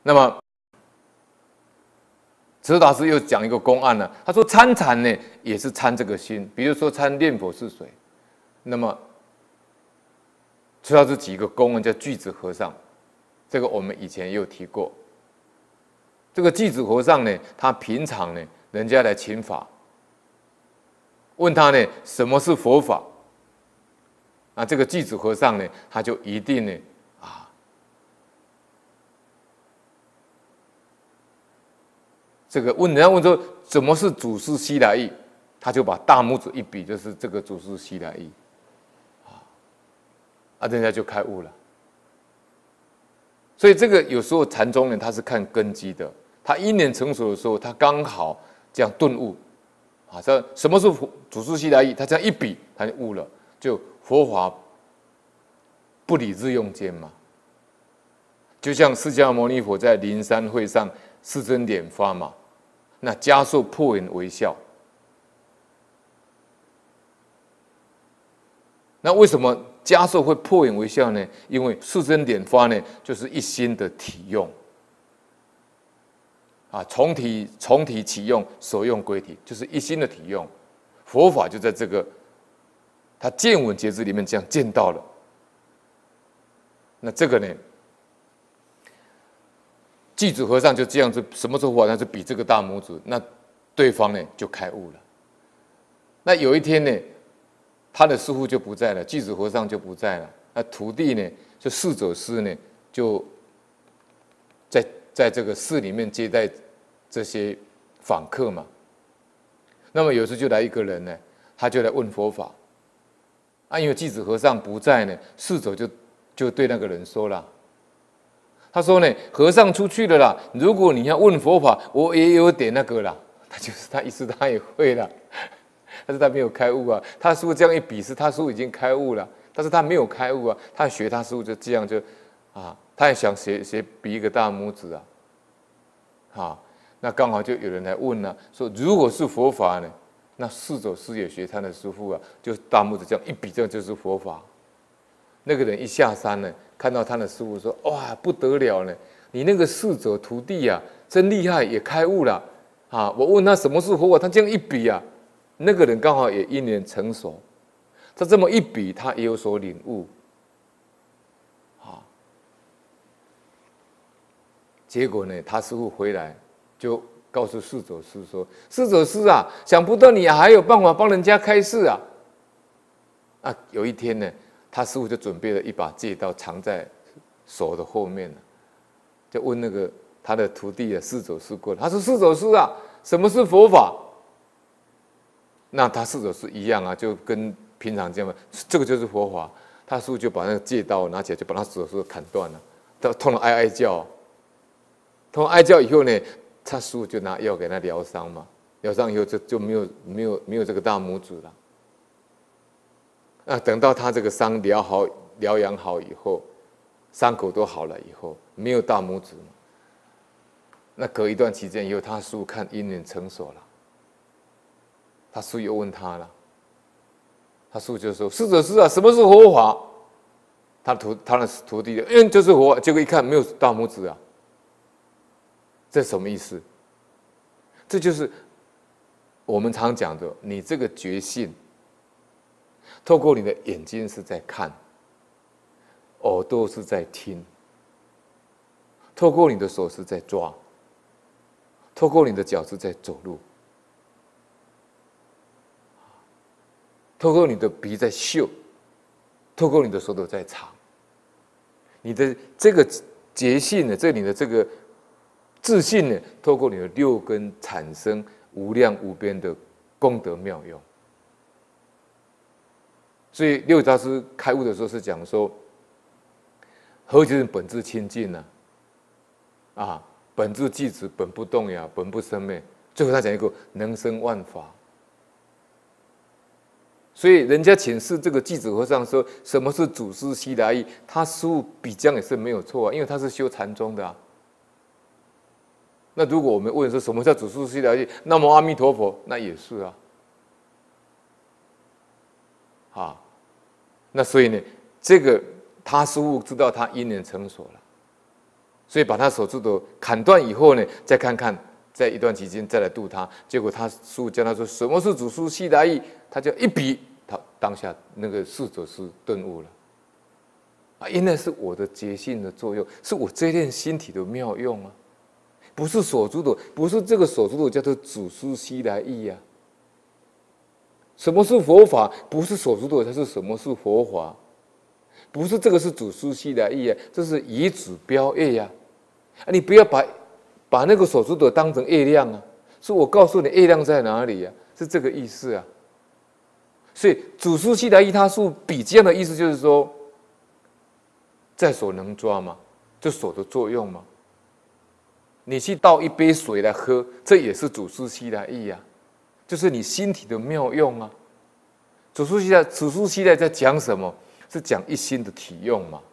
那么，慈大师又讲一个公案呢，他说参禅呢也是参这个心，比如说参念佛是水，那么慈大师举一个公案叫巨子和尚，这个我们以前也有提过。这个巨子和尚呢，他平常呢，人家来请法，问他呢什么是佛法，啊，这个巨子和尚呢，他就一定呢。这个问人家问说什么是祖师西来意，他就把大拇指一比，就是这个祖师西来意，人家就开悟了。所以这个有时候禅宗呢，他是看根基的，他因缘成熟的时候，他刚好这样顿悟，这什么是祖师西来意？他这样一比，他就悟了，就佛法不理日用间嘛。就像释迦牟尼佛在灵山会上世尊点发嘛。那迦叶破颜微笑，那为什么迦叶会破颜微笑呢？因为世尊点发呢，就是一心的体用，从体起用，所用归体，就是一心的体用。佛法就在这个他见闻觉知里面这样见到了。那这个呢？巨子和尚就这样子，什么时候佛法？他就比这个大拇指，那对方呢就开悟了。那有一天呢，他的师父就不在了，巨子和尚就不在了，那徒弟呢，就侍者师呢，就在这个寺里面接待这些访客嘛。那么有时就来一个人呢，他就来问佛法，因为巨子和尚不在呢，侍者就对那个人说了。他说呢，和尚出去了啦。如果你要问佛法，我也有点那个啦。他意思他也会啦，但是他没有开悟啊。他师父这样一比，是他师父已经开悟了，但是他没有开悟啊。他学他师父就这样他也想学比一个大拇指啊。那刚好就有人来问了，说如果是佛法呢，那侍者师也学他的师父啊，就大拇指这样一比，这样就是佛法。那个人一下山呢，看到他的师父说：“哇，不得了呢！你那个侍者徒弟啊，真厉害，也开悟了我问他什么是佛法，他这样一比那个人刚好也因缘成熟，他这么一比，他也有所领悟结果呢，他师父回来就告诉侍者师说：“侍者师啊，想不到你还有办法帮人家开示啊！”有一天呢。他师父就准备了一把戒刀，藏在手的后面就问那个他的徒弟侍者师过来，他说：“侍者师啊，什么是佛法？”那他侍者师一样就跟平常这样，这个就是佛法。他师父就把那个戒刀拿起来，就把他侍者师砍断了，他痛得哀哀叫。痛哀叫以后呢，他师父就拿药给他疗伤嘛，疗伤以后就没有这个大拇指了。等到他这个伤疗养好以后，伤口都好了以后，没有大拇指嘛。那隔一段期间以后，他师父看因缘成熟了，他师父又问他了，他师父就说：“侍者师啊，什么是佛法？”他的徒弟就是佛法，结果一看没有大拇指这什么意思？这就是我们常讲的，你这个觉性。透过你的眼睛是在看，耳朵是在听，透过你的手是在抓，透过你的脚是在走路，透过你的鼻在嗅，透过你的手头在尝。你的这个觉性呢，你的这个自信呢，透过你的六根产生无量无边的功德妙用。所以六祖大师开悟的时候是讲说，何其本自清净本自寂止，本不动摇，本不生灭。最后他讲一个能生万法。所以人家请示这个巨子和尚说什么是祖师西来意，他师父比这样也是没有错因为他是修禅宗的那如果我们问说什么叫祖师西来意，南无阿弥陀佛，那也是那所以呢，这个他师父知道他因缘成熟了， 所以把他手指头砍断以后呢，再看看，在一段期间再来度他。结果他师父教他说什么是祖师西来意，他就一比，他当下那个逝者是顿悟了。啊，原来是我的觉性的作用，是我这念心体的妙用啊，不是手指头，不是这个手指头叫做祖师西来意啊。什么是佛法？不是手指头才是什么是佛法，不是这个是祖师西来意啊，这是以指标业呀。啊，你不要把那个手指头当成业量啊，是我告诉你业量在哪里啊，是这个意思啊。所以祖师西来意，它是比这样的意思，就是说，在手能抓嘛，这手的作用嘛。你去倒一杯水来喝，这也是祖师西来意啊，就是你心体的妙用啊。祖师西来在讲什么？是讲一心的体用嘛。